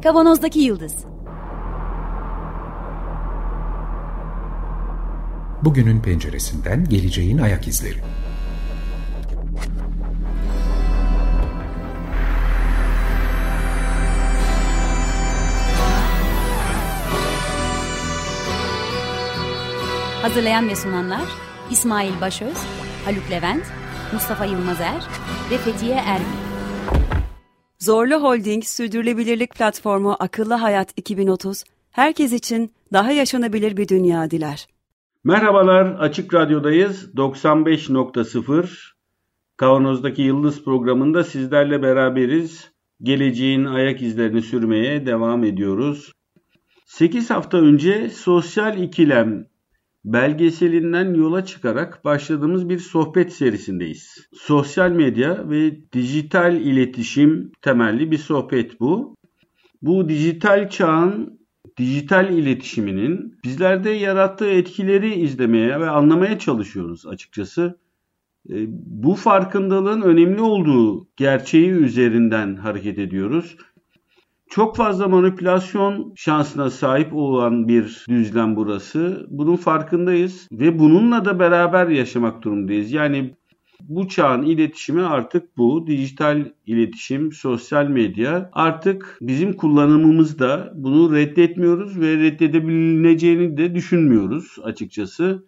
Kavanozdaki Yıldız. Bugünün penceresinden geleceğin ayak izleri. Hazırlayan ve sunanlar İsmail Başöz, Haluk Levent, Mustafa Yılmazer ve Fethiye Erbil. Zorlu Holding Sürdürülebilirlik Platformu Akıllı Hayat 2030, herkes için daha yaşanabilir bir dünya diler. Merhabalar, Açık Radyo'dayız. 95.0 Kavanoz'daki Yıldız programında sizlerle beraberiz. Geleceğin ayak izlerini sürmeye devam ediyoruz. 8 hafta önce Sosyal İkilem belgeselinden yola çıkarak başladığımız bir sohbet serisindeyiz. Sosyal medya ve dijital iletişim temelli bir sohbet bu. Bu dijital çağın dijital iletişiminin bizlerde yarattığı etkileri izlemeye ve anlamaya çalışıyoruz açıkçası. Bu farkındalığın önemli olduğu gerçeği üzerinden hareket ediyoruz. Çok fazla manipülasyon şansına sahip olan bir düzlem burası. Bunun farkındayız ve bununla da beraber yaşamak durumundayız. Yani bu çağın iletişimi artık bu. Dijital iletişim, sosyal medya artık bizim kullanımımızda. Bunu reddetmiyoruz ve reddedebileceğini de düşünmüyoruz açıkçası.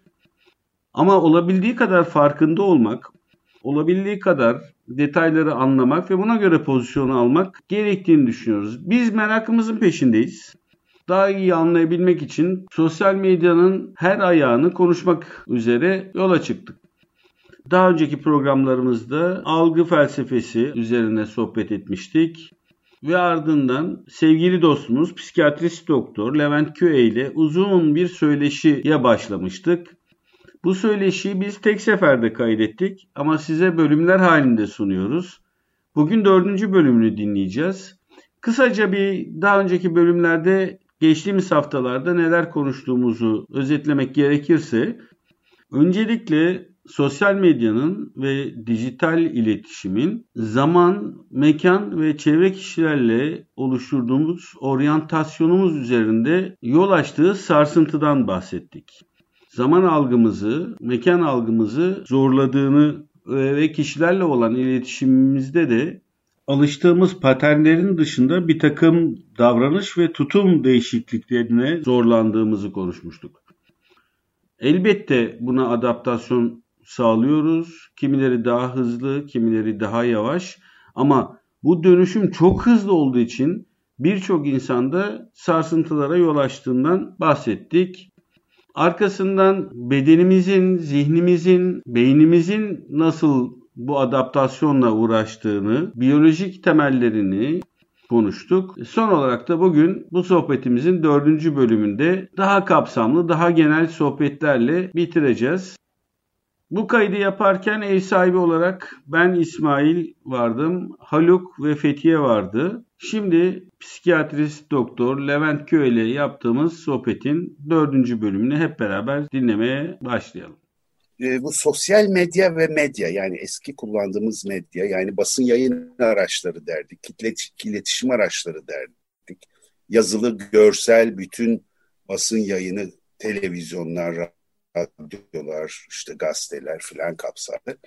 Ama olabildiği kadar farkında olmak, olabildiği kadar detayları anlamak ve buna göre pozisyon almak gerektiğini düşünüyoruz. Biz merakımızın peşindeyiz. Daha iyi anlayabilmek için sosyal medyanın her ayağını konuşmak üzere yola çıktık. Daha önceki programlarımızda algı felsefesi üzerine sohbet etmiştik. Ve ardından sevgili dostumuz psikiyatrist doktor Levent Köye ile uzun bir söyleşiye başlamıştık. Bu söyleşiyi biz tek seferde kaydettik ama size bölümler halinde sunuyoruz. Bugün 4. bölümünü dinleyeceğiz. Kısaca daha önceki bölümlerde geçtiğimiz haftalarda neler konuştuğumuzu özetlemek gerekirse, öncelikle sosyal medyanın ve dijital iletişimin zaman, mekan ve çevre kişilerle oluşturduğumuz oryantasyonumuz üzerinde yol açtığı sarsıntıdan bahsettik. Zaman algımızı, mekan algımızı zorladığını ve kişilerle olan iletişimimizde de alıştığımız paternlerin dışında bir takım davranış ve tutum değişikliklerine zorlandığımızı konuşmuştuk. Elbette buna adaptasyon sağlıyoruz. Kimileri daha hızlı, kimileri daha yavaş. Ama bu dönüşüm çok hızlı olduğu için birçok insanda sarsıntılara yol açtığından bahsettik. Arkasından bedenimizin, zihnimizin, beynimizin nasıl bu adaptasyonla uğraştığını, biyolojik temellerini konuştuk. Son olarak da bugün bu sohbetimizin 4. bölümünde daha kapsamlı, daha genel sohbetlerle bitireceğiz. Bu kaydı yaparken ev sahibi olarak ben İsmail vardım, Haluk ve Fethiye vardı. Şimdi psikiyatrist doktor Levent Köye ile yaptığımız sohbetin 4. bölümünü hep beraber dinlemeye başlayalım. Bu sosyal medya ve medya, yani eski kullandığımız medya, yani basın yayın araçları derdik, kitle iletişim araçları derdik. Yazılı, görsel, bütün basın yayını, televizyonlar, radyolar, işte gazeteler filan kapsardı.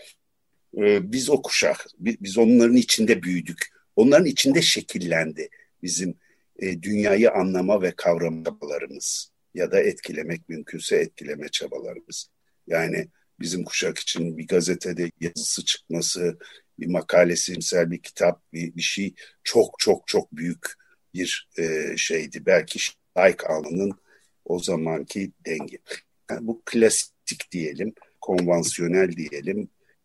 Biz o kuşak, biz onların içinde büyüdük. Onların içinde şekillendi bizim dünyayı anlama ve kavrama çabalarımız ya da etkilemek mümkünse etkileme çabalarımız. Yani bizim kuşak için bir gazetede yazısı çıkması, bir makalesi, bir kitap, bir şey çok çok çok büyük bir şeydi. Belki like almanın o zamanki dengi. Yani bu klasik diyelim, konvansiyonel diyelim.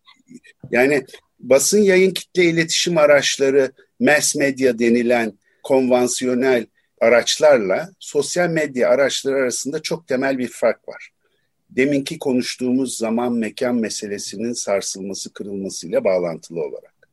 Yani basın yayın kitle iletişim araçları, mass medya denilen konvansiyonel araçlarla sosyal medya araçları arasında çok temel bir fark var. Deminki konuştuğumuz zaman mekan meselesinin sarsılması, kırılmasıyla bağlantılı olarak.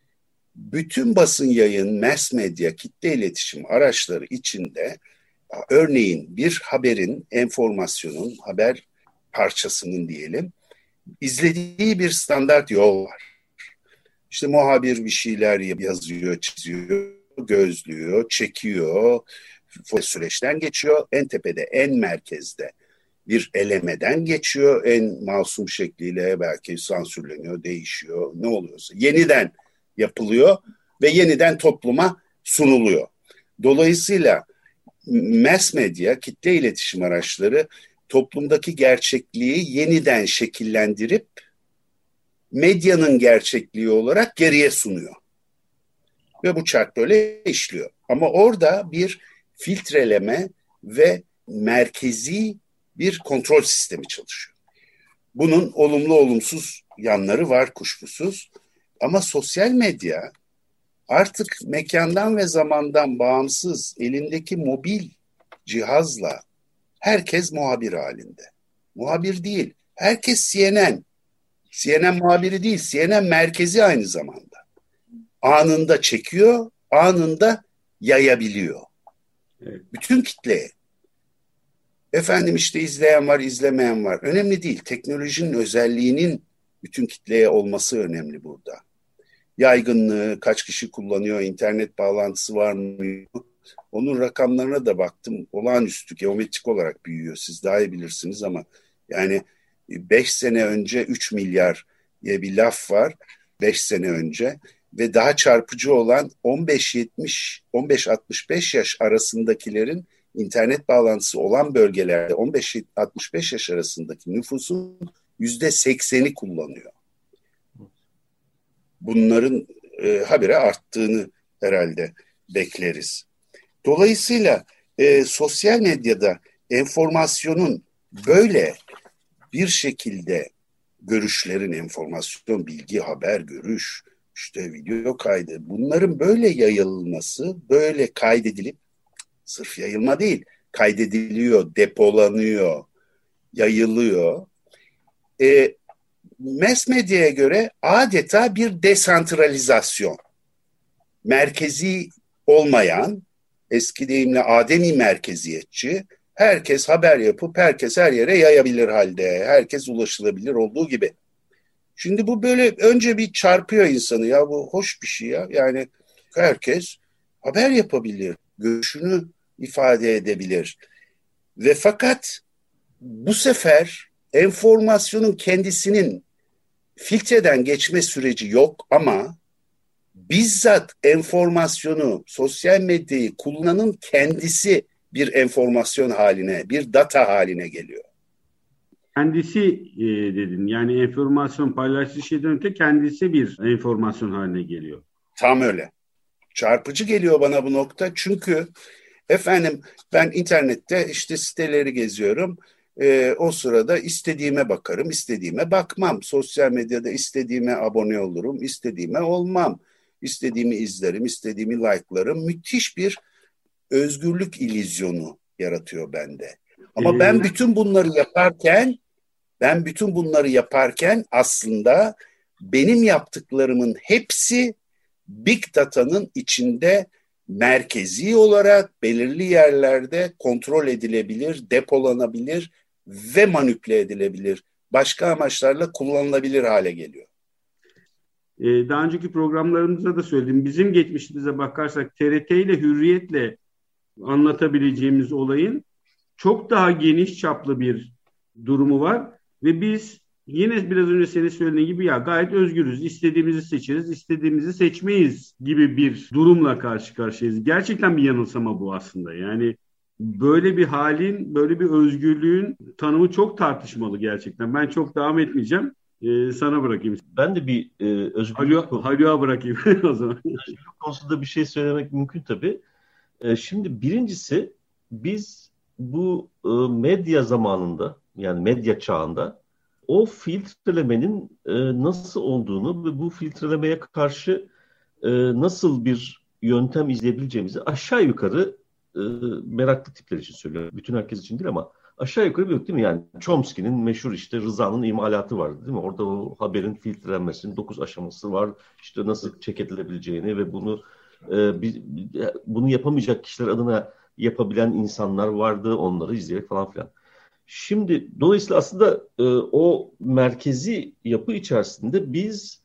Bütün basın yayın, mass medya, kitle iletişim araçları içinde örneğin bir haberin, enformasyonun, haber parçasının diyelim, izlediği bir standart yol var. İşte muhabir bir şeyler yazıyor, çiziyor. gözlüyor, çekiyor, süreçten geçiyor. En tepede, en merkezde bir elemeden geçiyor. En masum şekliyle belki sansürleniyor, değişiyor, ne oluyorsa. Yeniden yapılıyor ve yeniden topluma sunuluyor. Dolayısıyla mass medya, kitle iletişim araçları toplumdaki gerçekliği yeniden şekillendirip medyanın gerçekliği olarak geriye sunuyor. Ve bu çark böyle işliyor. Ama orada bir filtreleme ve merkezi bir kontrol sistemi çalışıyor. Bunun olumlu olumsuz yanları var kuşkusuz. Ama sosyal medya artık mekandan ve zamandan bağımsız elindeki mobil cihazla herkes muhabir halinde. Muhabir değil, herkes CNN. CNN muhabiri değil, CNN merkezi aynı zamanda. Anında çekiyor, anında yayabiliyor. Evet. Bütün kitleye. Efendim işte izleyen var, izlemeyen var. Önemli değil. Teknolojinin özelliğinin bütün kitleye olması önemli burada. Yaygınlığı, kaç kişi kullanıyor, internet bağlantısı var mı? Onun rakamlarına da baktım. Olağanüstü, geometrik olarak büyüyor. Siz daha iyi bilirsiniz ama yani 5 sene önce 3 milyar diye bir laf var. 5 sene önce. Ve daha çarpıcı olan 15-65 yaş arasındakilerin internet bağlantısı olan bölgelerde 15-65 yaş arasındaki nüfusun %80'i kullanıyor. Bunların habire arttığını herhalde bekleriz. Dolayısıyla sosyal medyada enformasyonun böyle bir şekilde görüşlerin, enformasyon, bilgi, haber, görüş, işte video kaydı, bunların böyle yayılması, böyle kaydedilip, sırf yayılma değil, kaydediliyor, depolanıyor, yayılıyor. Mass medyaya göre adeta bir desantralizasyon. Merkezi olmayan, eski deyimle ademi merkeziyetçi, herkes haber yapıp herkes her yere yayabilir halde, herkes ulaşılabilir olduğu gibi. Şimdi bu böyle önce bir çarpıyor insanı, ya bu hoş bir şey ya. Yani herkes haber yapabilir, görüşünü ifade edebilir. Ve fakat bu sefer enformasyonun kendisinin filtreden geçme süreci yok ama bizzat enformasyonu, sosyal medyayı kullananın kendisi bir enformasyon haline, bir data haline geliyor. Kendisi dedin. Yani enformasyon paylaştığı şeyden öte kendisi bir enformasyon haline geliyor. Tam öyle. Çarpıcı geliyor bana bu nokta. Çünkü efendim ben internette işte siteleri geziyorum. O sırada istediğime bakarım, istediğime bakmam. Sosyal medyada istediğime abone olurum, istediğime olmam. İstediğimi izlerim, istediğimi like'larım. Müthiş bir özgürlük illüzyonu yaratıyor bende. Ama ben bütün bunları yaparken aslında benim yaptıklarımın hepsi Big Data'nın içinde merkezi olarak belirli yerlerde kontrol edilebilir, depolanabilir ve manipüle edilebilir. Başka amaçlarla kullanılabilir hale geliyor. Daha önceki programlarımızda da söyledim. Bizim geçmişimize bakarsak TRT ile Hürriyet'le anlatabileceğimiz olayın çok daha geniş çaplı bir durumu var. Ve biz yine biraz önce senin söylediğin gibi ya gayet özgürüz. İstediğimizi seçeriz, istediğimizi seçmeyiz gibi bir durumla karşı karşıyayız. Gerçekten bir yanılsama bu aslında. Yani böyle bir halin, böyle bir özgürlüğün tanımı çok tartışmalı gerçekten. Ben çok devam etmeyeceğim. Sana bırakayım. Ben de bir özgürlük... Haluk'a bırakayım o zaman. Özgürlük konusunda bir şey söylemek mümkün tabii. Şimdi birincisi biz bu medya zamanında, yani medya çağında o filtrelemenin nasıl olduğunu ve bu filtrelemeye karşı nasıl bir yöntem izleyebileceğimizi aşağı yukarı meraklı tipler için söylüyorum. Bütün herkes için değil ama aşağı yukarı biliyor değil mi? Yani Chomsky'nin meşhur işte Rıza'nın imalatı vardı değil mi? Orada o haberin filtrelenmesinin 9 aşaması var. İşte nasıl check edilebileceğini ve bunu yapamayacak kişiler adına yapabilen insanlar vardı. Onları izleyerek falan filan. Şimdi dolayısıyla aslında o merkezi yapı içerisinde biz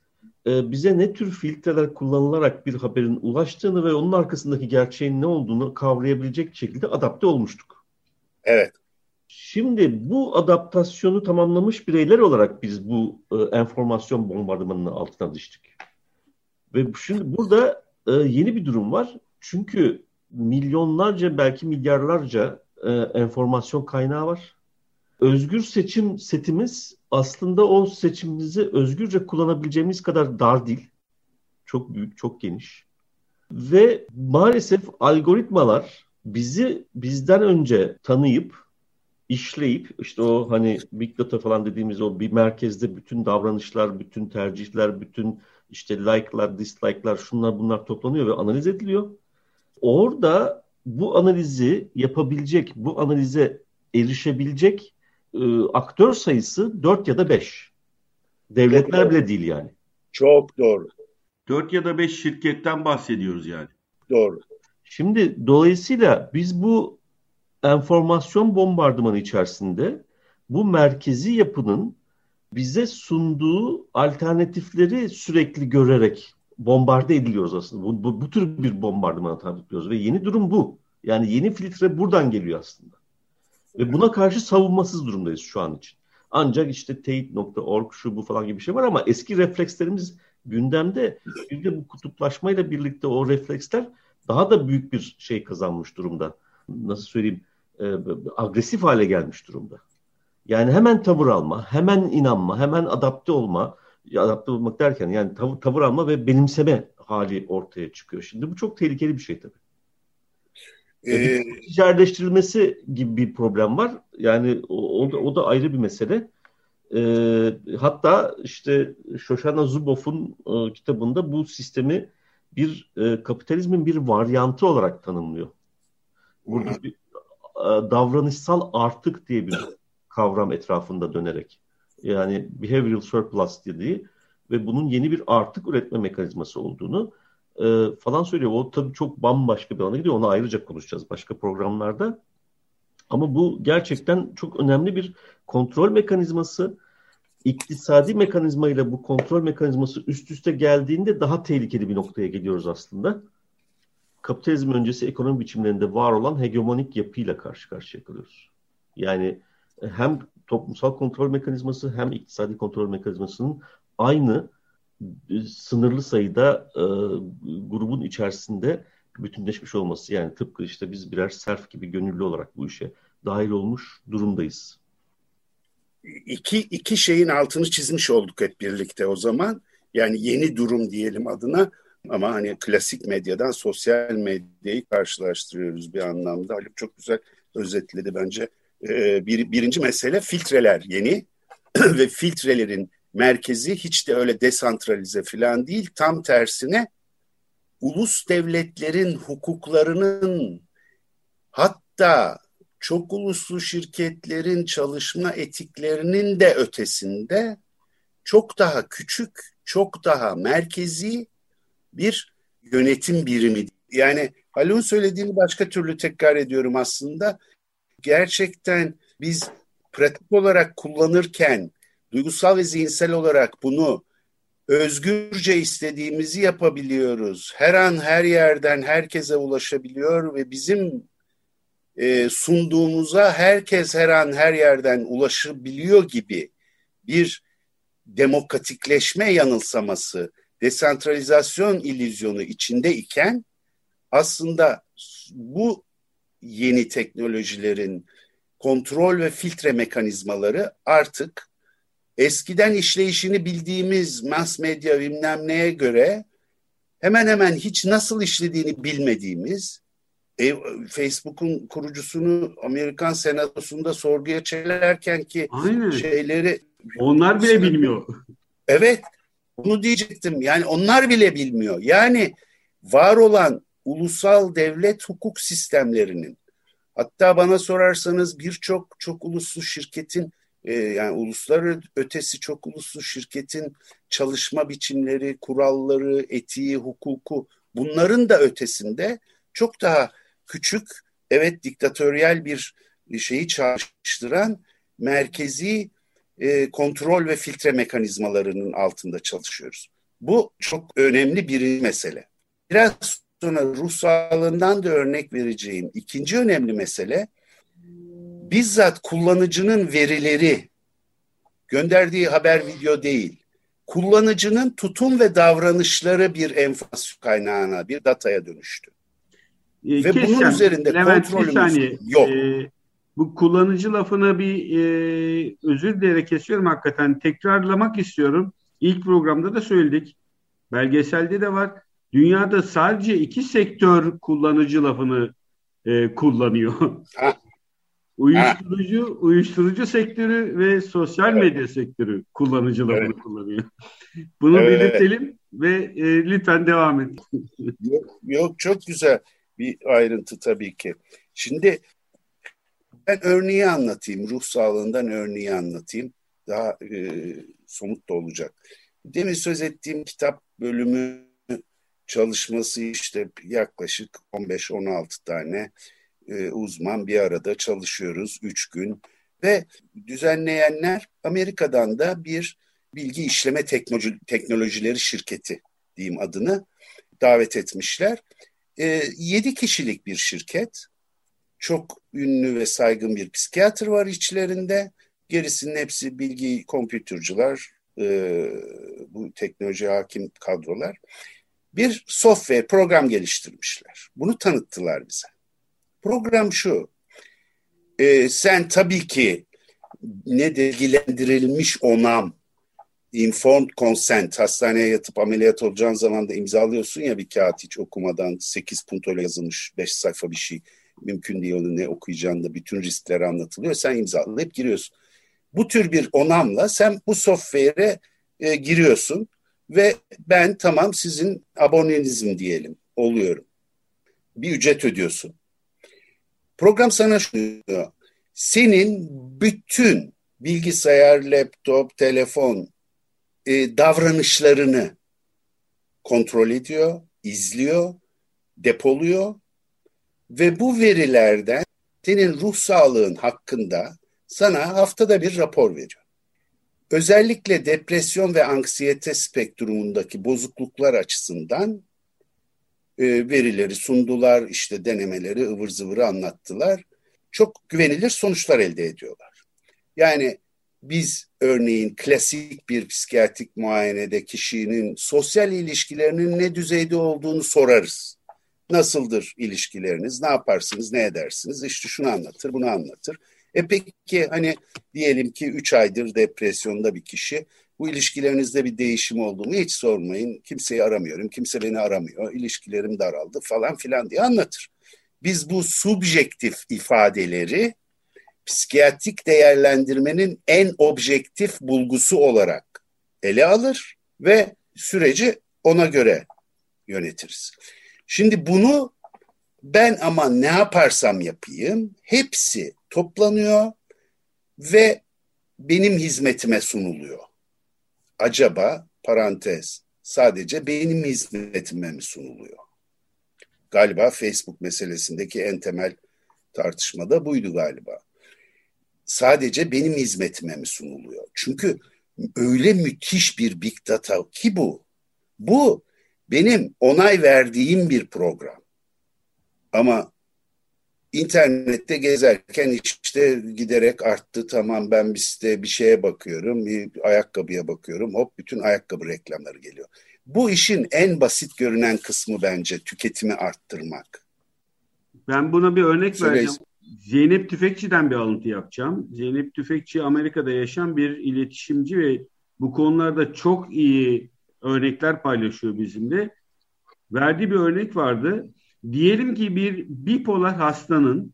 bize ne tür filtreler kullanılarak bir haberin ulaştığını ve onun arkasındaki gerçeğin ne olduğunu kavrayabilecek şekilde adapte olmuştuk. Evet. Şimdi bu adaptasyonu tamamlamış bireyler olarak biz bu enformasyon bombardımanının altına düştük. Ve şimdi burada yeni bir durum var. Çünkü milyonlarca belki milyarlarca enformasyon kaynağı var. Özgür seçim setimiz aslında o seçimimizi özgürce kullanabileceğimiz kadar dar değil. Çok büyük, çok geniş. Ve maalesef algoritmalar bizi bizden önce tanıyıp, işleyip, işte o hani Big Data falan dediğimiz o bir merkezde bütün davranışlar, bütün tercihler, bütün işte like'lar, dislike'lar, şunlar bunlar toplanıyor ve analiz ediliyor. Orada bu analizi yapabilecek, bu analize erişebilecek aktör sayısı 4 ya da 5. Devletler bile değil yani. Çok doğru. 4 ya da 5 şirketten bahsediyoruz yani. Doğru. Şimdi dolayısıyla biz bu enformasyon bombardımanı içerisinde bu merkezi yapının bize sunduğu alternatifleri sürekli görerek bombarde ediliyoruz aslında. Bu tür bir bombardımana tabi tutuyoruz ve yeni durum bu. Yani yeni filtre buradan geliyor aslında. Ve buna karşı savunmasız durumdayız şu an için. Ancak işte teyit.org şu bu falan gibi bir şey var ama eski reflekslerimiz gündemde. Bir de bu kutuplaşmayla birlikte o refleksler daha da büyük bir şey kazanmış durumda. Nasıl söyleyeyim? Agresif hale gelmiş durumda. Yani hemen tavır alma, hemen inanma, hemen adapte olma. Adapte olmak derken yani tavır alma ve benimseme hali ortaya çıkıyor. Şimdi bu çok tehlikeli bir şey tabii. Ticaretleştirilmesi gibi bir problem var. Yani o da ayrı bir mesele. Hatta işte Shoshana Zuboff'un kitabında bu sistemi bir kapitalizmin bir varyantı olarak tanımlıyor. Burada bir davranışsal artık diye bir kavram etrafında dönerek. Yani behavioral surplus dediği ve bunun yeni bir artık üretme mekanizması olduğunu falan söylüyor. O tabii çok bambaşka bir alana gidiyor. Onu ayrıca konuşacağız başka programlarda. Ama bu gerçekten çok önemli bir kontrol mekanizması. İktisadi mekanizmayla bu kontrol mekanizması üst üste geldiğinde daha tehlikeli bir noktaya geliyoruz aslında. Kapitalizm öncesi ekonomi biçimlerinde var olan hegemonik yapıyla karşı karşıya kalıyoruz. Yani hem toplumsal kontrol mekanizması hem iktisadi kontrol mekanizmasının aynı sınırlı sayıda grubun içerisinde bütünleşmiş olması. Yani tıpkı işte biz birer serf gibi gönüllü olarak bu işe dahil olmuş durumdayız. İki şeyin altını çizmiş olduk hep birlikte o zaman. Yani yeni durum diyelim adına ama hani klasik medyadan sosyal medyayı karşılaştırıyoruz bir anlamda. Haluk çok güzel özetledi bence. Birinci mesele filtreler yeni ve filtrelerin merkezi hiç de öyle desantralize falan değil. Tam tersine ulus devletlerin hukuklarının hatta çok uluslu şirketlerin çalışma etiklerinin de ötesinde çok daha küçük, çok daha merkezi bir yönetim birimi. Yani Haluk'un söylediğini başka türlü tekrar ediyorum aslında. Gerçekten biz pratik olarak kullanırken duygusal ve zihinsel olarak bunu özgürce istediğimizi yapabiliyoruz. Her an her yerden herkese ulaşabiliyor ve bizim sunduğumuza herkes her an her yerden ulaşabiliyor gibi bir demokratikleşme yanılsaması, desentralizasyon illüzyonu içinde iken aslında bu yeni teknolojilerin kontrol ve filtre mekanizmaları artık eskiden işleyişini bildiğimiz mass medya bilmem neye göre hemen hemen hiç nasıl işlediğini bilmediğimiz Facebook'un kurucusunu Amerikan Senatosu'nda sorguya çekerken ki Aynen. şeyleri onlar bile bilmiyor. Evet, bunu diyecektim. Yani onlar bile bilmiyor. Yani var olan ulusal devlet hukuk sistemlerinin hatta bana sorarsanız birçok çok uluslu şirketin yani uluslar ötesi çok uluslu şirketin çalışma biçimleri, kuralları, etiği, hukuku bunların da ötesinde çok daha küçük, evet diktatöryel bir şeyi çalıştıran merkezi kontrol ve filtre mekanizmalarının altında çalışıyoruz. Bu çok önemli bir mesele. Biraz sonra ruh sağlığından da örnek vereceğim ikinci önemli mesele, bizzat kullanıcının verileri, gönderdiği haber, video değil, kullanıcının tutum ve davranışları bir enformasyon kaynağına, bir dataya dönüştü. Ve bunun üzerinde Levent, kontrolümüz yok. Bu kullanıcı lafına bir özür dileyerek kesiyorum hakikaten. Tekrarlamak istiyorum. İlk programda da söyledik. Belgeselde de var. Dünyada sadece 2 sektör kullanıcı lafını kullanıyor. Uyuşturucu sektörü ve sosyal medya sektörü kullanıcı lafını kullanıyor. Bunu belirtelim ve lütfen devam et. Yok, çok güzel bir ayrıntı tabii ki. Şimdi ben örneği anlatayım, ruh sağlığından örneği anlatayım. Daha somut da olacak. Demin söz ettiğim kitap bölümü çalışması işte yaklaşık 15-16 tane uzman bir arada çalışıyoruz 3 gün. Ve düzenleyenler Amerika'dan da bir bilgi işleme teknolojileri şirketi diyeyim adını davet etmişler. 7 kişilik bir şirket. Çok ünlü ve saygın bir psikiyatr var içlerinde. Gerisinin hepsi bilgi kompütürcüler, bu teknoloji hakim kadrolar. Bir software, program geliştirmişler. Bunu tanıttılar bize. Program şu, sen tabii ki ilgilendirilmiş onam, informed consent, hastaneye yatıp ameliyat olacağın zaman da imzalıyorsun ya bir kağıt hiç okumadan, 8 puntoyla yazılmış 5 sayfa bir şey. Mümkün değil, onu ne okuyacağını da bütün riskleri anlatılıyor. Sen imzalayıp giriyorsun. Bu tür bir onamla sen bu software'e giriyorsun ve ben tamam sizin abonenizim diyelim, oluyorum. Bir ücret ödüyorsun. Program sana şunu diyor. Senin bütün bilgisayar, laptop, telefon davranışlarını kontrol ediyor, izliyor, depoluyor ve bu verilerden senin ruh sağlığın hakkında sana haftada bir rapor veriyor. Özellikle depresyon ve anksiyete spektrumundaki bozukluklar açısından verileri sundular, işte denemeleri ıvır zıvırı anlattılar. Çok güvenilir sonuçlar elde ediyorlar. Yani biz örneğin klasik bir psikiyatrik muayenede kişinin sosyal ilişkilerinin ne düzeyde olduğunu sorarız. Nasıldır ilişkileriniz, ne yaparsınız, ne edersiniz? İşte şunu anlatır, bunu anlatır. Peki hani diyelim ki 3 aydır depresyonda bir kişi, bu ilişkilerinizde bir değişim oldu mu hiç sormayın. Kimseyi aramıyorum, kimse beni aramıyor, ilişkilerim daraldı falan filan diye anlatır. Biz bu subjektif ifadeleri psikiyatrik değerlendirmenin en objektif bulgusu olarak ele alır ve süreci ona göre yönetiriz. Şimdi bunu ben ama ne yaparsam yapayım hepsi toplanıyor ve benim hizmetime sunuluyor. Acaba parantez sadece benim hizmetime mi sunuluyor? Galiba Facebook meselesindeki en temel tartışma da buydu galiba. Sadece benim hizmetime mi sunuluyor? Çünkü öyle müthiş bir big data ki bu. Bu benim onay verdiğim bir program. Ama internette gezerken işte giderek arttı. Tamam ben bir şeye bakıyorum, bir ayakkabıya bakıyorum. Hop bütün ayakkabı reklamları geliyor. Bu işin en basit görünen kısmı bence tüketimi arttırmak. Ben buna bir örnek vereceğim. Zeynep Tüfekçi'den bir alıntı yapacağım. Zeynep Tüfekçi Amerika'da yaşayan bir iletişimci ve bu konularda çok iyi örnekler paylaşıyor bizimle. Verdiği bir örnek vardı. Diyelim ki bir bipolar hastanın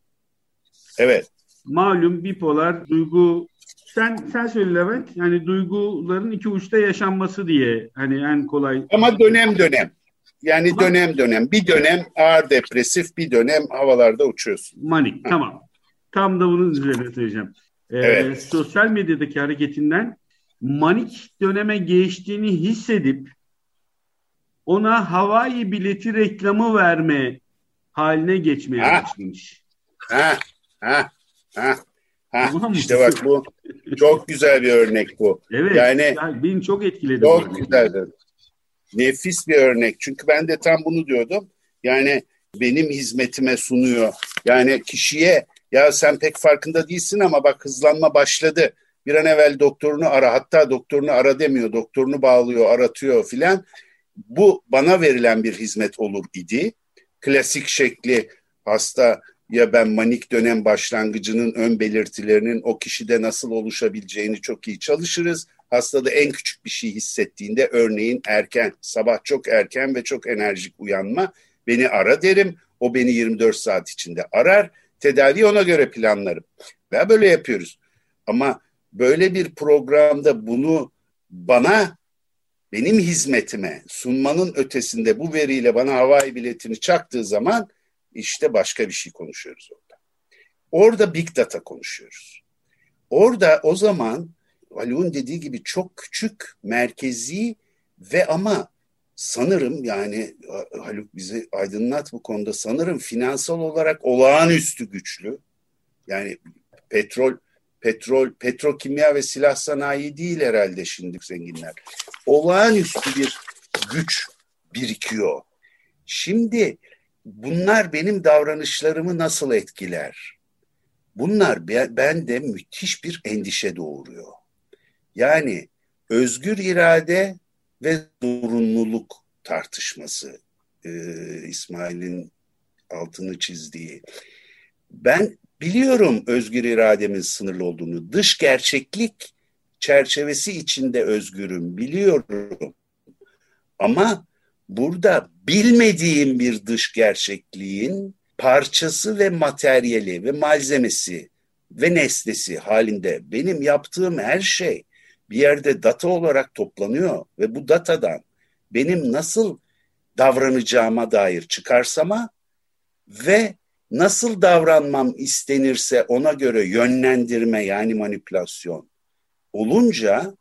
malum bipolar duygu sen söyle Levent, yani duyguların iki uçta yaşanması diye hani en kolay. Ama dönem. Yani dönem. Bir dönem ağır depresif, bir dönem havalarda uçuyorsun. Manik, tamam. Tam da bunun üzerine söyleyeceğim. Sosyal medyadaki hareketinden manik döneme geçtiğini hissedip ona Hawaii bileti reklamı verme haline geçmeye başlamış. Tamam İşte bak bu çok güzel bir örnek bu. Evet. Yani beni çok etkiledi. Çok güzeldi. Nefis bir örnek. Çünkü ben de tam bunu diyordum. Yani benim hizmetime sunuyor. Yani kişiye ya sen pek farkında değilsin ama bak hızlanma başladı. Bir an evvel doktorunu ara. Hatta doktorunu ara demiyor. Doktorunu bağlıyor, aratıyor filan. Bu bana verilen bir hizmet olur idi. Klasik şekli hasta ya ben manik dönem başlangıcının ön belirtilerinin o kişide nasıl oluşabileceğini çok iyi çalışırız. Hastada en küçük bir şey hissettiğinde örneğin erken, sabah çok erken ve çok enerjik uyanma beni ara derim. O beni 24 saat içinde arar. Tedaviyi ona göre planlarım. Ve böyle yapıyoruz. Ama böyle bir programda bunu bana, benim hizmetime sunmanın ötesinde bu veriyle bana havai biletini çaktığı zaman işte başka bir şey konuşuyoruz orada. Orada Big Data konuşuyoruz. Orada o zaman Haluk'un dediği gibi çok küçük, merkezi ve ama sanırım yani Haluk bizi aydınlat bu konuda, sanırım finansal olarak olağanüstü güçlü. Yani petrokimya ve silah sanayi değil herhalde şimdi zenginler. Olağanüstü bir güç birikiyor. Şimdi bunlar benim davranışlarımı nasıl etkiler? Bunlar bende müthiş bir endişe doğuruyor. Yani özgür irade ve zorunluluk tartışması, İsmail'in altını çizdiği. Ben biliyorum özgür irademin sınırlı olduğunu. Dış gerçeklik çerçevesi içinde özgürüm, biliyorum. Ama burada bilmediğim bir dış gerçekliğin parçası ve materyali ve malzemesi ve nesnesi halinde benim yaptığım her şey bir yerde data olarak toplanıyor ve bu datadan benim nasıl davranacağıma dair çıkarsama ve nasıl davranmam istenirse ona göre yönlendirme, yani manipülasyon olunca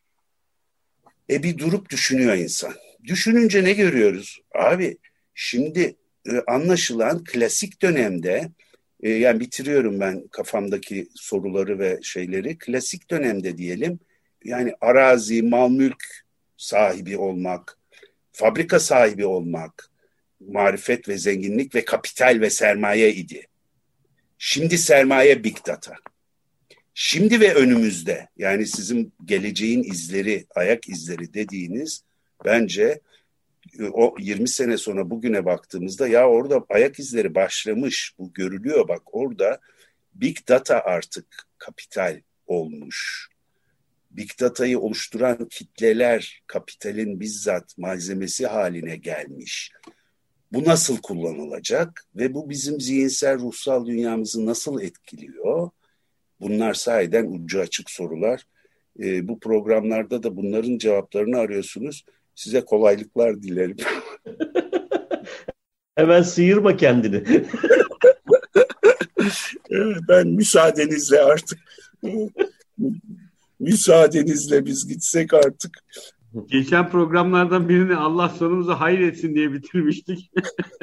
bir durup düşünüyor insan. Düşününce ne görüyoruz? Abi şimdi anlaşılan klasik dönemde, yani bitiriyorum ben kafamdaki soruları ve şeyleri. Klasik dönemde diyelim, yani arazi, mal mülk sahibi olmak, fabrika sahibi olmak, marifet ve zenginlik ve kapital ve sermaye idi. Şimdi sermaye Big Data. Şimdi ve önümüzde, yani sizin geleceğin izleri, ayak izleri dediğiniz, bence o 20 sene sonra bugüne baktığımızda ya orada ayak izleri başlamış, bu görülüyor, bak orada Big Data artık kapital olmuş. Big Data'yı oluşturan kitleler kapitalin bizzat malzemesi haline gelmiş. Bu nasıl kullanılacak ve bu bizim zihinsel, ruhsal dünyamızı nasıl etkiliyor? Bunlar sahiden ucu açık sorular. Bu programlarda da bunların cevaplarını arıyorsunuz. Size kolaylıklar dilerim. Hemen sıyırma kendini. Ben müsaadenizle artık müsaadenizle biz gitsek artık. Geçen programlardan birini Allah sonumuzu hayretsin diye bitirmiştik.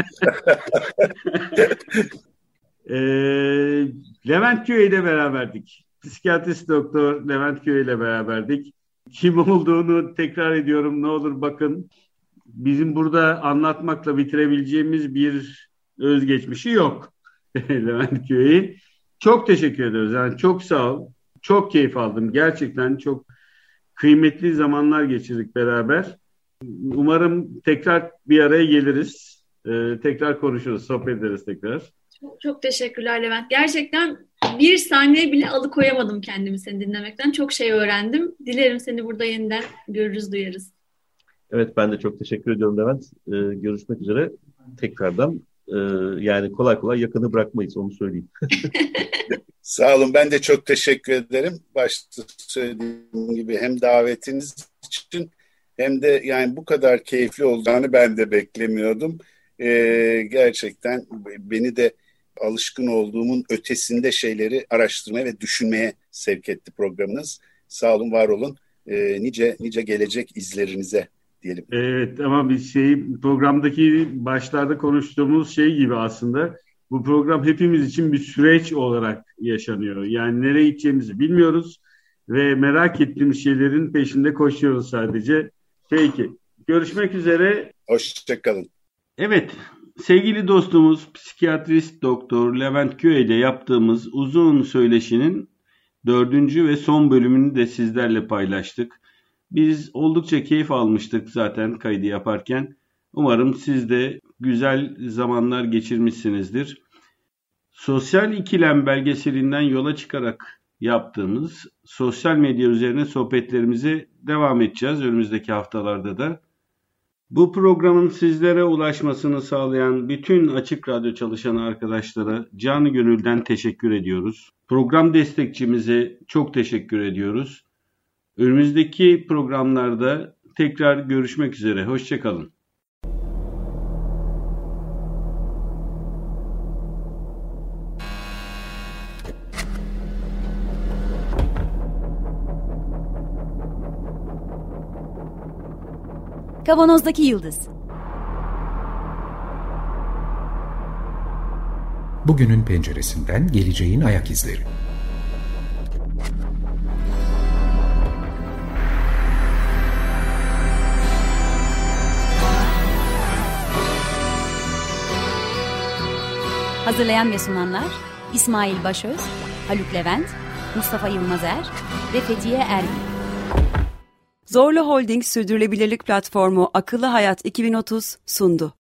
Levent Köye ile beraberdik. Psikiyatrist doktor Levent Köye ile beraberdik. Kim olduğunu tekrar ediyorum, ne olur bakın. Bizim burada anlatmakla bitirebileceğimiz bir özgeçmişi yok Levent Köy'ü. Çok teşekkür ederiz. Yani çok sağ ol. Çok keyif aldım. Gerçekten çok kıymetli zamanlar geçirdik beraber. Umarım tekrar bir araya geliriz. Tekrar konuşuruz, sohbet ederiz tekrar. Çok, çok teşekkürler Levent. Gerçekten bir saniye bile alıkoyamadım kendimi seni dinlemekten. Çok şey öğrendim. Dilerim seni burada yeniden görürüz, duyarız. Evet, ben de çok teşekkür ediyorum Levent. Görüşmek üzere tekrardan. Yani kolay kolay yakını bırakmayız, onu söyleyeyim. Sağ olun, ben de çok teşekkür ederim. Başta söylediğim gibi hem davetiniz için hem de yani bu kadar keyifli olacağını ben de beklemiyordum. Gerçekten beni de alışkın olduğumun ötesinde şeyleri araştırmaya ve düşünmeye sevk etti programınız. Sağ olun, var olun. Nice gelecek izlerinize diyelim. Evet, ama biz programdaki başlarda konuştuğumuz şey gibi aslında bu program hepimiz için bir süreç olarak yaşanıyor. Yani nereye gideceğimizi bilmiyoruz ve merak ettiğimiz şeylerin peşinde koşuyoruz sadece. Peki, Görüşmek üzere. Hoşçakalın. Evet, sevgili dostumuz psikiyatrist doktor Levent Köye ile yaptığımız uzun söyleşinin 4. ve son bölümünü de sizlerle paylaştık. Biz oldukça keyif almıştık zaten kaydı yaparken. Umarım siz de güzel zamanlar geçirmişsinizdir. Sosyal İkilem belgeselinden yola çıkarak yaptığımız sosyal medya üzerine sohbetlerimize devam edeceğiz önümüzdeki haftalarda da. Bu programın sizlere ulaşmasını sağlayan bütün Açık Radyo çalışan arkadaşlara canı gönülden teşekkür ediyoruz. Program destekçimize çok teşekkür ediyoruz. Önümüzdeki programlarda tekrar görüşmek üzere. Hoşça kalın. Kavanozdaki Yıldız. Bugünün penceresinden geleceğin ayak izleri. Hazırlayan ve sunanlar İsmail Başöz, Haluk Levent, Mustafa Yılmazer ve Fethiye Erbil. Zorlu Holding Sürdürülebilirlik Platformu Akıllı Hayat 2030 sundu.